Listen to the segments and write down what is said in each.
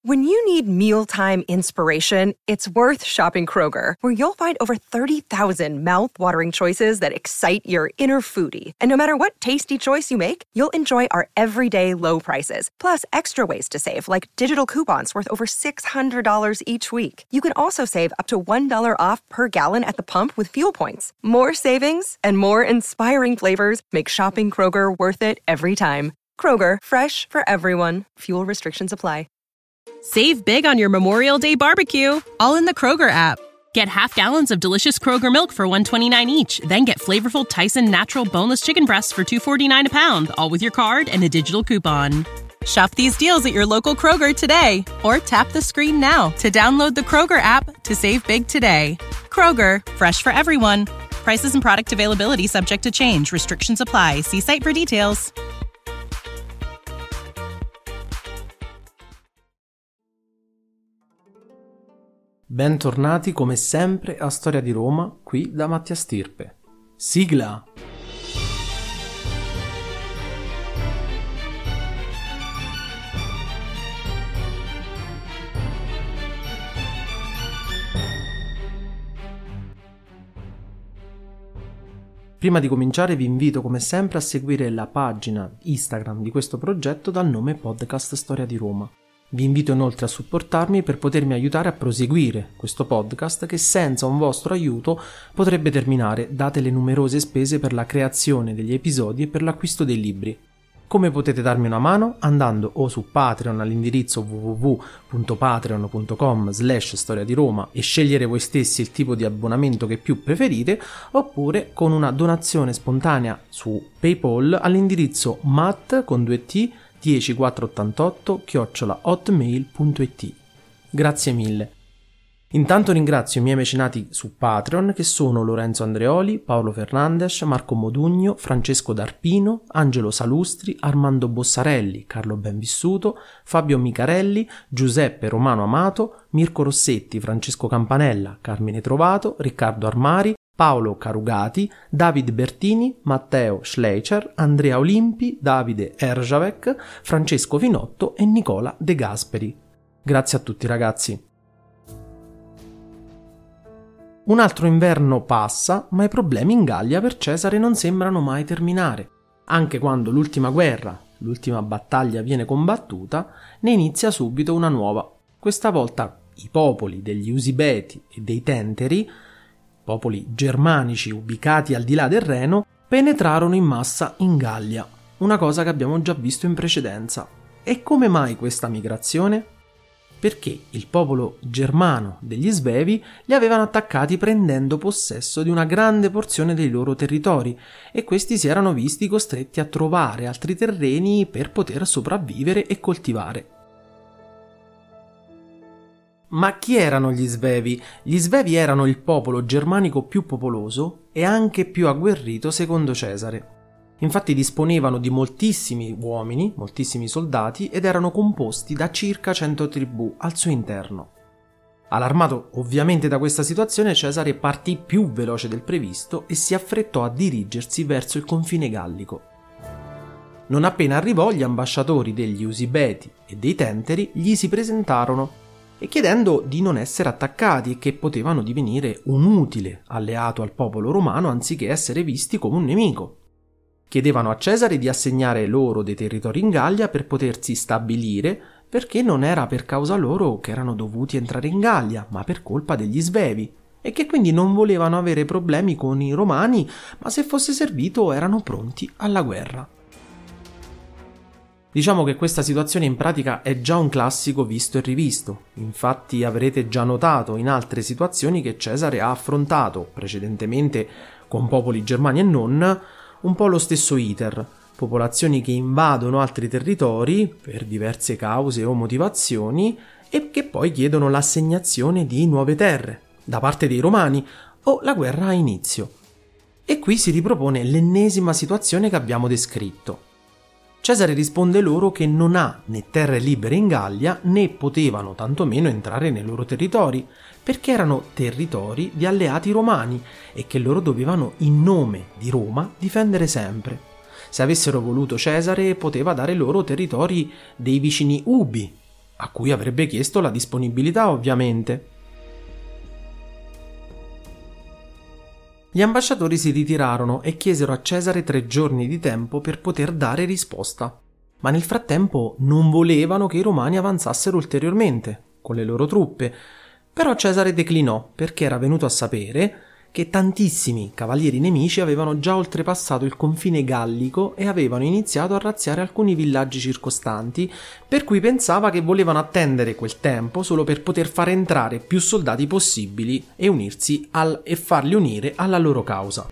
When you need mealtime inspiration, it's worth shopping Kroger, where you'll find over 30,000 mouth-watering choices that excite your inner foodie. And no matter what tasty choice you make, you'll enjoy our everyday low prices, plus extra ways to save, like digital coupons worth over $600 each week. You can also save up to $1 off per gallon at the pump with fuel points. More savings and more inspiring flavors make shopping Kroger worth it every time. Kroger, fresh for everyone. Fuel restrictions apply. Save big on your Memorial Day barbecue, all in the Kroger app. Get half gallons of delicious Kroger milk for $1.29 each. Then get flavorful Tyson natural boneless chicken breasts for $2.49 a pound, all with your card and a digital coupon. Shop these deals at your local Kroger today, or tap the screen now to download the Kroger app to save big today. Kroger, fresh for everyone. Prices and product availability subject to change. Restrictions apply. See site for details. Bentornati come sempre a Storia di Roma, qui da Mattia Stirpe. Sigla! Prima di cominciare vi invito come sempre a seguire la pagina Instagram di questo progetto dal nome Podcast Storia di Roma. Vi invito inoltre a supportarmi per potermi aiutare a proseguire questo podcast che senza un vostro aiuto potrebbe terminare, date le numerose spese per la creazione degli episodi e per l'acquisto dei libri. Come potete darmi una mano? Andando o su Patreon all'indirizzo www.patreon.com/storia di Roma e scegliere voi stessi il tipo di abbonamento che più preferite, oppure con una donazione spontanea su PayPal all'indirizzo mat10488@hotmail.it. Grazie mille. Intanto ringrazio i miei mecenati su Patreon che sono Lorenzo Andreoli, Paolo Fernandes, Marco Modugno, Francesco D'Arpino, Angelo Salustri, Armando Bossarelli, Carlo Benvissuto, Fabio Micarelli, Giuseppe Romano Amato, Mirko Rossetti, Francesco Campanella, Carmine Trovato, Riccardo Armari, Paolo Carugati, David Bertini, Matteo Schleicher, Andrea Olimpi, Davide Erjavec, Francesco Vinotto e Nicola De Gasperi. Grazie a tutti ragazzi. Un altro inverno passa, ma i problemi in Gallia per Cesare non sembrano mai terminare. Anche quando l'ultima battaglia viene combattuta, ne inizia subito una nuova. Questa volta i popoli degli Usibeti e dei Tenteri, popoli germanici ubicati al di là del Reno, penetrarono in massa in Gallia, una cosa che abbiamo già visto in precedenza. E come mai questa migrazione? Perché il popolo germano degli Svevi li avevano attaccati prendendo possesso di una grande porzione dei loro territori e questi si erano visti costretti a trovare altri terreni per poter sopravvivere e coltivare. Ma chi erano gli Svevi? Gli Svevi erano il popolo germanico più popoloso e anche più agguerrito secondo Cesare. Infatti disponevano di moltissimi uomini, moltissimi soldati ed erano composti da circa 100 tribù al suo interno. Allarmato ovviamente da questa situazione, Cesare partì più veloce del previsto e si affrettò a dirigersi verso il confine gallico. Non appena arrivò, gli ambasciatori degli Usibeti e dei Tenteri gli si presentarono e chiedendo di non essere attaccati e che potevano divenire un utile alleato al popolo romano anziché essere visti come un nemico. Chiedevano a Cesare di assegnare loro dei territori in Gallia per potersi stabilire, perché non era per causa loro che erano dovuti entrare in Gallia, ma per colpa degli Svevi, e che quindi non volevano avere problemi con i Romani, ma se fosse servito erano pronti alla guerra. Diciamo che questa situazione in pratica è già un classico visto e rivisto. Infatti avrete già notato in altre situazioni che Cesare ha affrontato, precedentemente con popoli germani e non, un po' lo stesso iter, popolazioni che invadono altri territori per diverse cause o motivazioni e che poi chiedono l'assegnazione di nuove terre da parte dei Romani o la guerra ha inizio. E qui si ripropone l'ennesima situazione che abbiamo descritto. Cesare risponde loro che non ha né terre libere in Gallia né potevano tantomeno entrare nei loro territori, perché erano territori di alleati romani e che loro dovevano in nome di Roma difendere sempre. Se avessero voluto Cesare poteva dare loro territori dei vicini Ubi, a cui avrebbe chiesto la disponibilità ovviamente. Gli ambasciatori si ritirarono e chiesero a Cesare 3 giorni di tempo per poter dare risposta, ma nel frattempo non volevano che i romani avanzassero ulteriormente con le loro truppe. Però Cesare declinò perché era venuto a sapere che tantissimi cavalieri nemici avevano già oltrepassato il confine gallico e avevano iniziato a razziare alcuni villaggi circostanti, per cui pensava che volevano attendere quel tempo solo per poter far entrare più soldati possibili e e farli unire alla loro causa.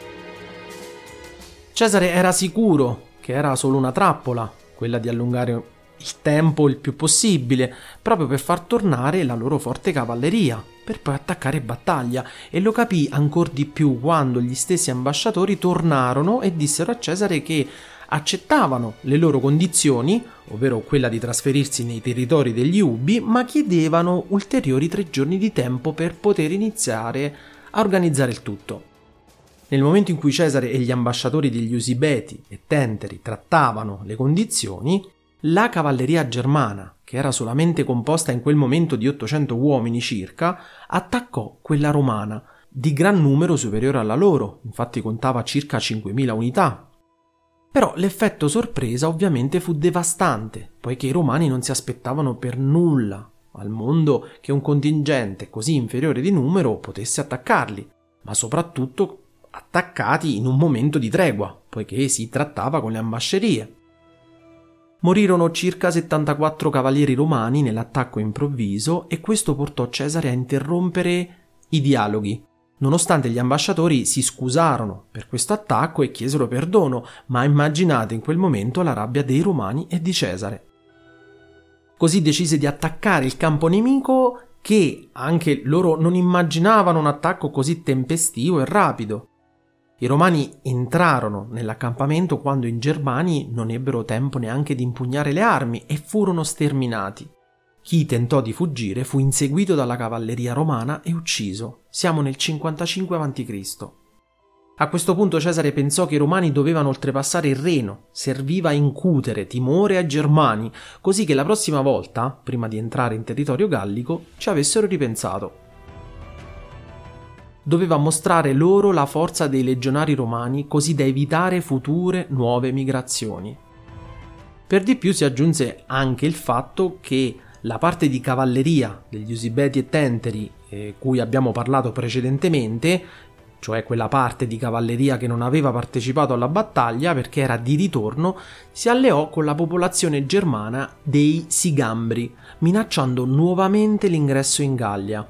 Cesare era sicuro che era solo una trappola, quella di allungare il tempo il più possibile, proprio per far tornare la loro forte cavalleria, per poi attaccare battaglia, e lo capì ancor di più quando gli stessi ambasciatori tornarono e dissero a Cesare che accettavano le loro condizioni, ovvero quella di trasferirsi nei territori degli Ubi, ma chiedevano ulteriori 3 giorni di tempo per poter iniziare a organizzare il tutto. Nel momento in cui Cesare e gli ambasciatori degli Usibeti e Tenteri trattavano le condizioni, la cavalleria germana, che era solamente composta in quel momento di 800 uomini circa, attaccò quella romana, di gran numero superiore alla loro, infatti contava circa 5.000 unità. Però l'effetto sorpresa ovviamente fu devastante, poiché i romani non si aspettavano per nulla al mondo che un contingente così inferiore di numero potesse attaccarli, ma soprattutto attaccati in un momento di tregua, poiché si trattava con le ambascerie. Morirono circa 74 cavalieri romani nell'attacco improvviso e questo portò Cesare a interrompere i dialoghi, nonostante gli ambasciatori si scusarono per questo attacco e chiesero perdono, ma immaginate in quel momento la rabbia dei romani e di Cesare. Così decise di attaccare il campo nemico, che anche loro non immaginavano un attacco così tempestivo e rapido. I romani entrarono nell'accampamento quando i germani non ebbero tempo neanche di impugnare le armi e furono sterminati. Chi tentò di fuggire fu inseguito dalla cavalleria romana e ucciso. Siamo nel 55 a.C. A questo punto Cesare pensò che i romani dovevano oltrepassare il Reno, serviva a incutere timore ai germani, così che la prossima volta, prima di entrare in territorio gallico, ci avessero ripensato. Doveva mostrare loro la forza dei legionari romani così da evitare future nuove migrazioni. Per di più si aggiunse anche il fatto che la parte di cavalleria degli Usibeti e Tenteri, cui abbiamo parlato precedentemente, cioè quella parte di cavalleria che non aveva partecipato alla battaglia perché era di ritorno, si alleò con la popolazione germana dei Sigambri, minacciando nuovamente l'ingresso in Gallia.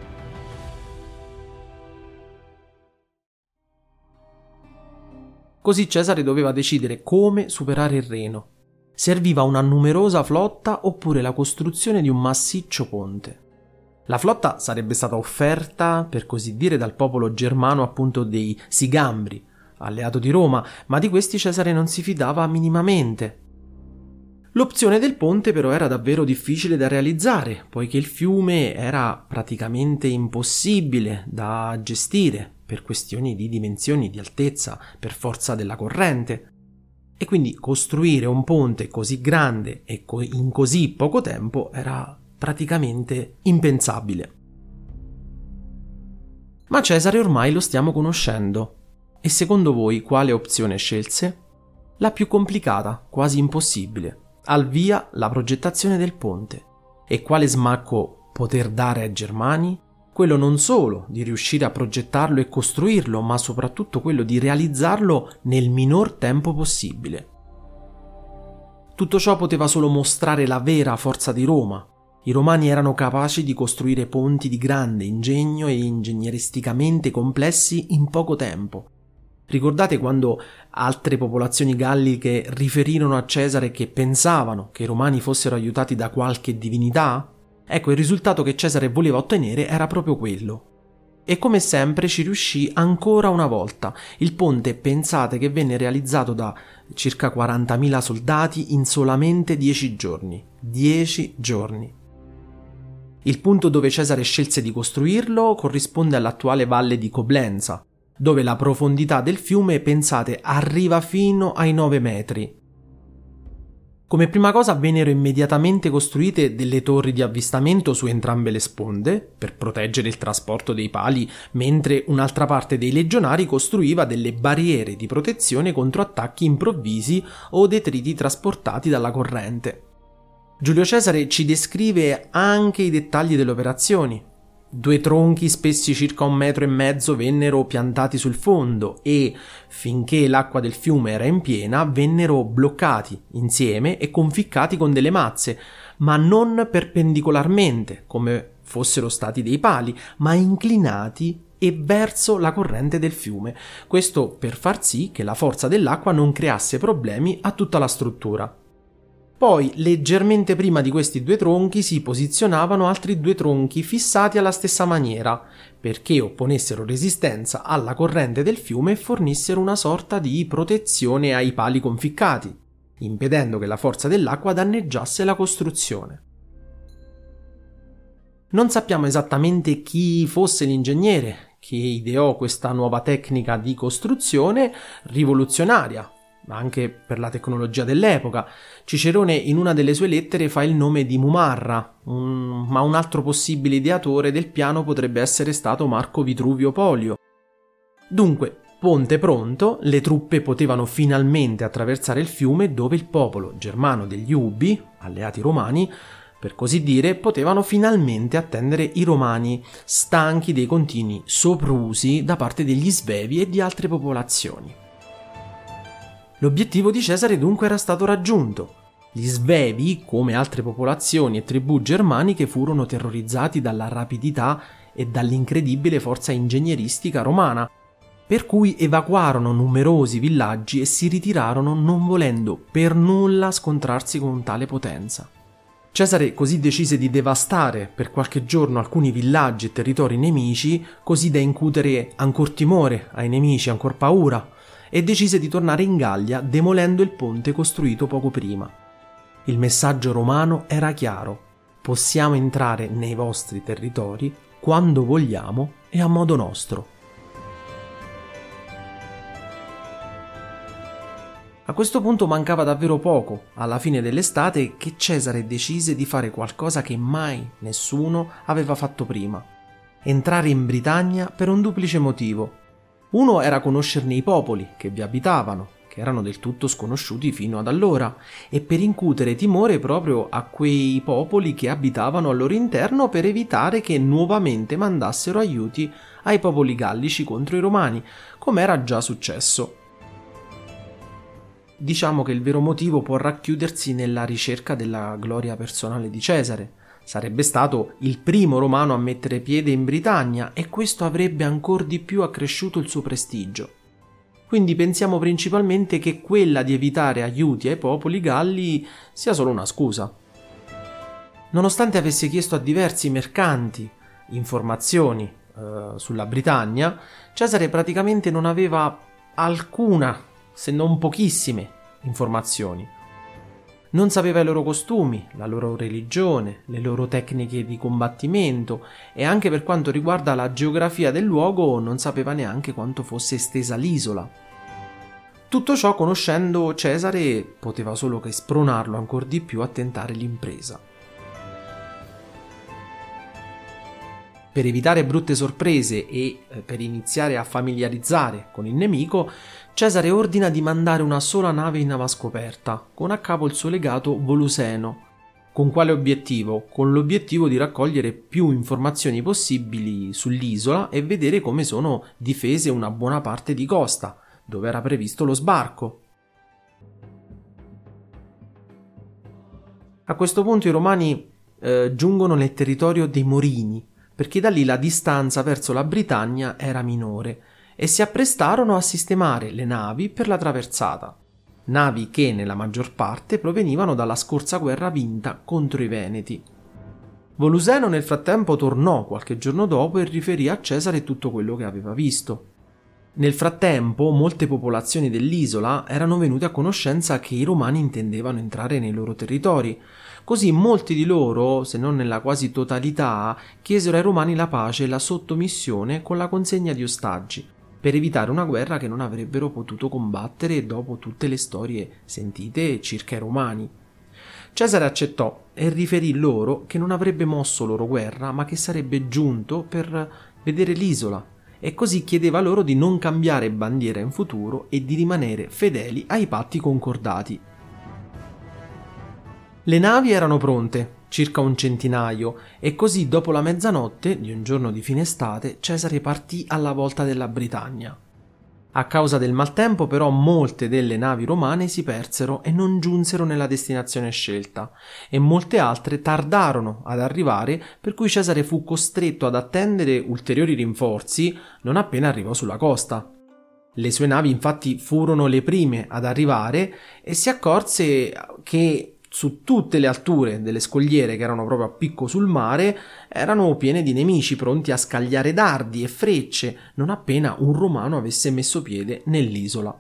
Così Cesare doveva decidere come superare il Reno. Serviva una numerosa flotta oppure la costruzione di un massiccio ponte. La flotta sarebbe stata offerta, per così dire, dal popolo germano appunto dei Sigambri, alleato di Roma, ma di questi Cesare non si fidava minimamente. L'opzione del ponte però era davvero difficile da realizzare, poiché il fiume era praticamente impossibile da gestire per questioni di dimensioni, di altezza, per forza della corrente. E quindi costruire un ponte così grande e in così poco tempo era praticamente impensabile. Ma Cesare ormai lo stiamo conoscendo. E secondo voi quale opzione scelse? La più complicata, quasi impossibile. Al via la progettazione del ponte. E quale smacco poter dare ai germani? Quello non solo di riuscire a progettarlo e costruirlo, ma soprattutto quello di realizzarlo nel minor tempo possibile. Tutto ciò poteva solo mostrare la vera forza di Roma. I romani erano capaci di costruire ponti di grande ingegno e ingegneristicamente complessi in poco tempo. Ricordate quando altre popolazioni galliche riferirono a Cesare che pensavano che i romani fossero aiutati da qualche divinità? Ecco, il risultato che Cesare voleva ottenere era proprio quello. E come sempre ci riuscì ancora una volta. Il ponte, pensate che venne realizzato da circa 40.000 soldati in solamente 10 giorni. 10 giorni. Il punto dove Cesare scelse di costruirlo corrisponde all'attuale valle di Coblenza, dove la profondità del fiume, pensate, arriva fino ai 9 metri. Come prima cosa vennero immediatamente costruite delle torri di avvistamento su entrambe le sponde per proteggere il trasporto dei pali, mentre un'altra parte dei legionari costruiva delle barriere di protezione contro attacchi improvvisi o detriti trasportati dalla corrente. Giulio Cesare ci descrive anche i dettagli delle operazioni. 2 tronchi spessi circa 1,5 metri vennero piantati sul fondo e, finché l'acqua del fiume era in piena, vennero bloccati insieme e conficcati con delle mazze, ma non perpendicolarmente, come fossero stati dei pali, ma inclinati e verso la corrente del fiume. Questo per far sì che la forza dell'acqua non creasse problemi a tutta la struttura. Poi, leggermente prima di questi 2 tronchi si posizionavano altri 2 tronchi fissati alla stessa maniera, perché opponessero resistenza alla corrente del fiume e fornissero una sorta di protezione ai pali conficcati, impedendo che la forza dell'acqua danneggiasse la costruzione. Non sappiamo esattamente chi fosse l'ingegnere che ideò questa nuova tecnica di costruzione rivoluzionaria, anche per la tecnologia dell'epoca. Cicerone in una delle sue lettere fa il nome di Mumarra, ma un altro possibile ideatore del piano potrebbe essere stato Marco Vitruvio Polio. Dunque, ponte pronto, le truppe potevano finalmente attraversare il fiume dove il popolo germano degli Ubi, alleati romani, per così dire, potevano finalmente attendere i romani, stanchi dei continui soprusi da parte degli Svevi e di altre popolazioni. L'obiettivo di Cesare dunque era stato raggiunto. Gli Svevi, come altre popolazioni e tribù germaniche, furono terrorizzati dalla rapidità e dall'incredibile forza ingegneristica romana, per cui evacuarono numerosi villaggi e si ritirarono non volendo per nulla scontrarsi con tale potenza. Cesare così decise di devastare per qualche giorno alcuni villaggi e territori nemici, così da incutere ancor timore ai nemici, ancor paura, e decise di tornare in Gallia demolendo il ponte costruito poco prima. Il messaggio romano era chiaro: possiamo entrare nei vostri territori quando vogliamo e a modo nostro. A questo punto mancava davvero poco, alla fine dell'estate, che Cesare decise di fare qualcosa che mai nessuno aveva fatto prima: entrare in Britannia per un duplice motivo. Uno era conoscerne i popoli che vi abitavano, che erano del tutto sconosciuti fino ad allora, e per incutere timore proprio a quei popoli che abitavano al loro interno per evitare che nuovamente mandassero aiuti ai popoli gallici contro i romani, come era già successo. Diciamo che il vero motivo può racchiudersi nella ricerca della gloria personale di Cesare. Sarebbe stato il primo romano a mettere piede in Britannia e questo avrebbe ancor di più accresciuto il suo prestigio. Quindi pensiamo principalmente che quella di evitare aiuti ai popoli galli sia solo una scusa. Nonostante avesse chiesto a diversi mercanti informazioni sulla Britannia, Cesare praticamente non aveva alcuna, se non pochissime, informazioni. Non sapeva i loro costumi, la loro religione, le loro tecniche di combattimento e anche per quanto riguarda la geografia del luogo non sapeva neanche quanto fosse estesa l'isola. Tutto ciò, conoscendo Cesare, poteva solo che spronarlo ancor di più a tentare l'impresa. Per evitare brutte sorprese e per iniziare a familiarizzare con il nemico, Cesare ordina di mandare una sola nave in nava scoperta, con a capo il suo legato Voluseno. Con quale obiettivo? Con l'obiettivo di raccogliere più informazioni possibili sull'isola e vedere come sono difese una buona parte di costa, dove era previsto lo sbarco. A questo punto i romani giungono nel territorio dei Morini, perché da lì la distanza verso la Britannia era minore, e si apprestarono a sistemare le navi per la traversata. Navi che, nella maggior parte, provenivano dalla scorsa guerra vinta contro i Veneti. Voluseno nel frattempo tornò qualche giorno dopo e riferì a Cesare tutto quello che aveva visto. Nel frattempo, molte popolazioni dell'isola erano venute a conoscenza che i romani intendevano entrare nei loro territori. Così molti di loro, se non nella quasi totalità, chiesero ai romani la pace e la sottomissione con la consegna di ostaggi, per evitare una guerra che non avrebbero potuto combattere dopo tutte le storie sentite circa i romani. Cesare accettò e riferì loro che non avrebbe mosso loro guerra, ma che sarebbe giunto per vedere l'isola, e così chiedeva loro di non cambiare bandiera in futuro e di rimanere fedeli ai patti concordati. Le navi erano pronte, circa un centinaio, e così dopo la mezzanotte di un giorno di fine estate Cesare partì alla volta della Britannia. A causa del maltempo però molte delle navi romane si persero e non giunsero nella destinazione scelta, e molte altre tardarono ad arrivare, per cui Cesare fu costretto ad attendere ulteriori rinforzi non appena arrivò sulla costa. Le sue navi infatti furono le prime ad arrivare e si accorse che su tutte le alture delle scogliere, che erano proprio a picco sul mare, erano piene di nemici pronti a scagliare dardi e frecce non appena un romano avesse messo piede nell'isola.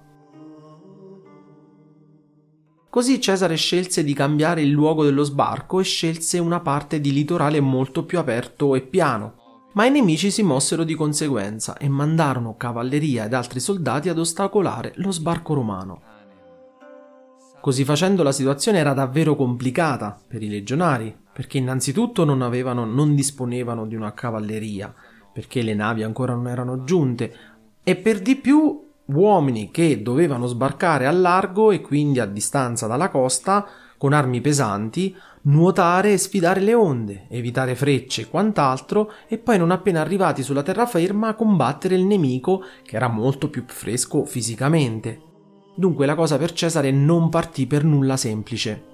Così Cesare scelse di cambiare il luogo dello sbarco e scelse una parte di litorale molto più aperto e piano, ma i nemici si mossero di conseguenza e mandarono cavalleria ed altri soldati ad ostacolare lo sbarco romano. Così facendo la situazione era davvero complicata per i legionari, perché innanzitutto non disponevano di una cavalleria, perché le navi ancora non erano giunte, e per di più uomini che dovevano sbarcare al largo e quindi a distanza dalla costa, con armi pesanti, nuotare e sfidare le onde, evitare frecce e quant'altro, e poi non appena arrivati sulla terraferma combattere il nemico che era molto più fresco fisicamente. Dunque la cosa per Cesare non partì per nulla semplice.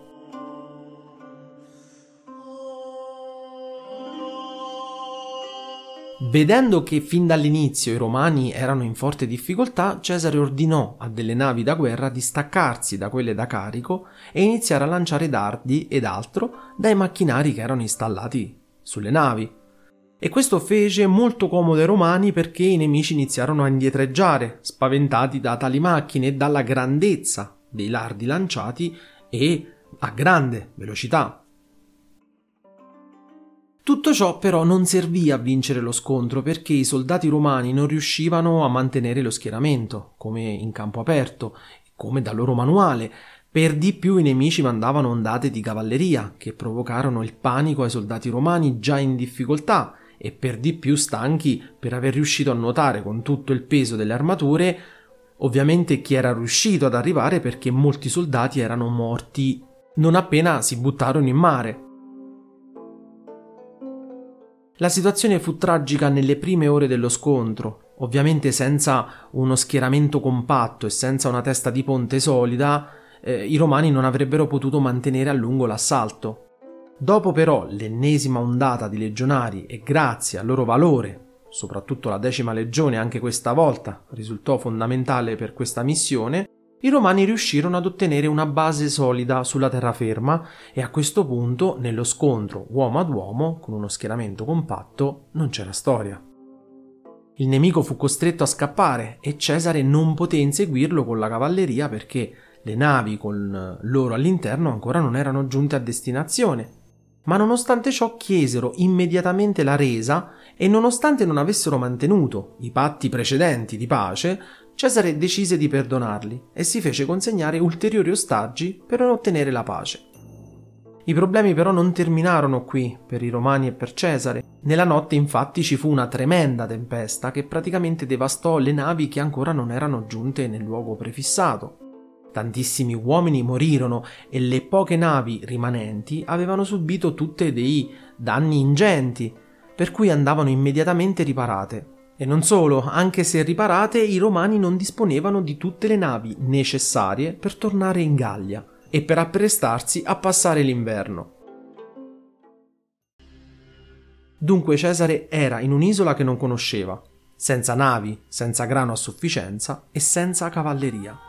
Vedendo che fin dall'inizio i romani erano in forte difficoltà, Cesare ordinò a delle navi da guerra di staccarsi da quelle da carico e iniziare a lanciare dardi ed altro dai macchinari che erano installati sulle navi. E questo fece molto comodo ai romani, perché i nemici iniziarono a indietreggiare, spaventati da tali macchine e dalla grandezza dei dardi lanciati e a grande velocità. Tutto ciò però non servì a vincere lo scontro, perché i soldati romani non riuscivano a mantenere lo schieramento, come in campo aperto, come da loro manuale. Per di più i nemici mandavano ondate di cavalleria, che provocarono il panico ai soldati romani già in difficoltà, e per di più stanchi per aver riuscito a nuotare con tutto il peso delle armature, ovviamente chi era riuscito ad arrivare, perché molti soldati erano morti non appena si buttarono in mare. La situazione fu tragica nelle prime ore dello scontro, ovviamente senza uno schieramento compatto e senza una testa di ponte solida, i romani non avrebbero potuto mantenere a lungo l'assalto. Dopo però l'ennesima ondata di legionari e grazie al loro valore, soprattutto la 10ª legione anche questa volta risultò fondamentale per questa missione, i romani riuscirono ad ottenere una base solida sulla terraferma e a questo punto nello scontro uomo ad uomo con uno schieramento compatto non c'era storia. Il nemico fu costretto a scappare e Cesare non poté inseguirlo con la cavalleria, perché le navi con loro all'interno ancora non erano giunte a destinazione. Ma nonostante ciò chiesero immediatamente la resa e nonostante non avessero mantenuto i patti precedenti di pace, Cesare decise di perdonarli e si fece consegnare ulteriori ostaggi per ottenere la pace. I problemi però non terminarono qui per i romani e per Cesare. Nella notte infatti ci fu una tremenda tempesta che praticamente devastò le navi che ancora non erano giunte nel luogo prefissato. Tantissimi uomini morirono e le poche navi rimanenti avevano subito tutte dei danni ingenti, per cui andavano immediatamente riparate. E non solo, anche se riparate, i romani non disponevano di tutte le navi necessarie per tornare in Gallia e per apprestarsi a passare l'inverno. Dunque Cesare era in un'isola che non conosceva, senza navi, senza grano a sufficienza e senza cavalleria.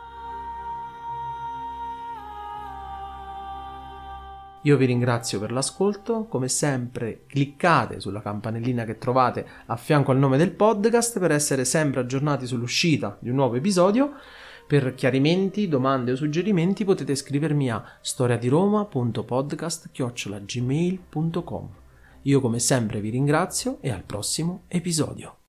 Io vi ringrazio per l'ascolto, come sempre cliccate sulla campanellina che trovate a fianco al nome del podcast per essere sempre aggiornati sull'uscita di un nuovo episodio. Per chiarimenti, domande o suggerimenti potete scrivermi a storiadiroma.podcast@gmail.com. Io come sempre vi ringrazio e al prossimo episodio.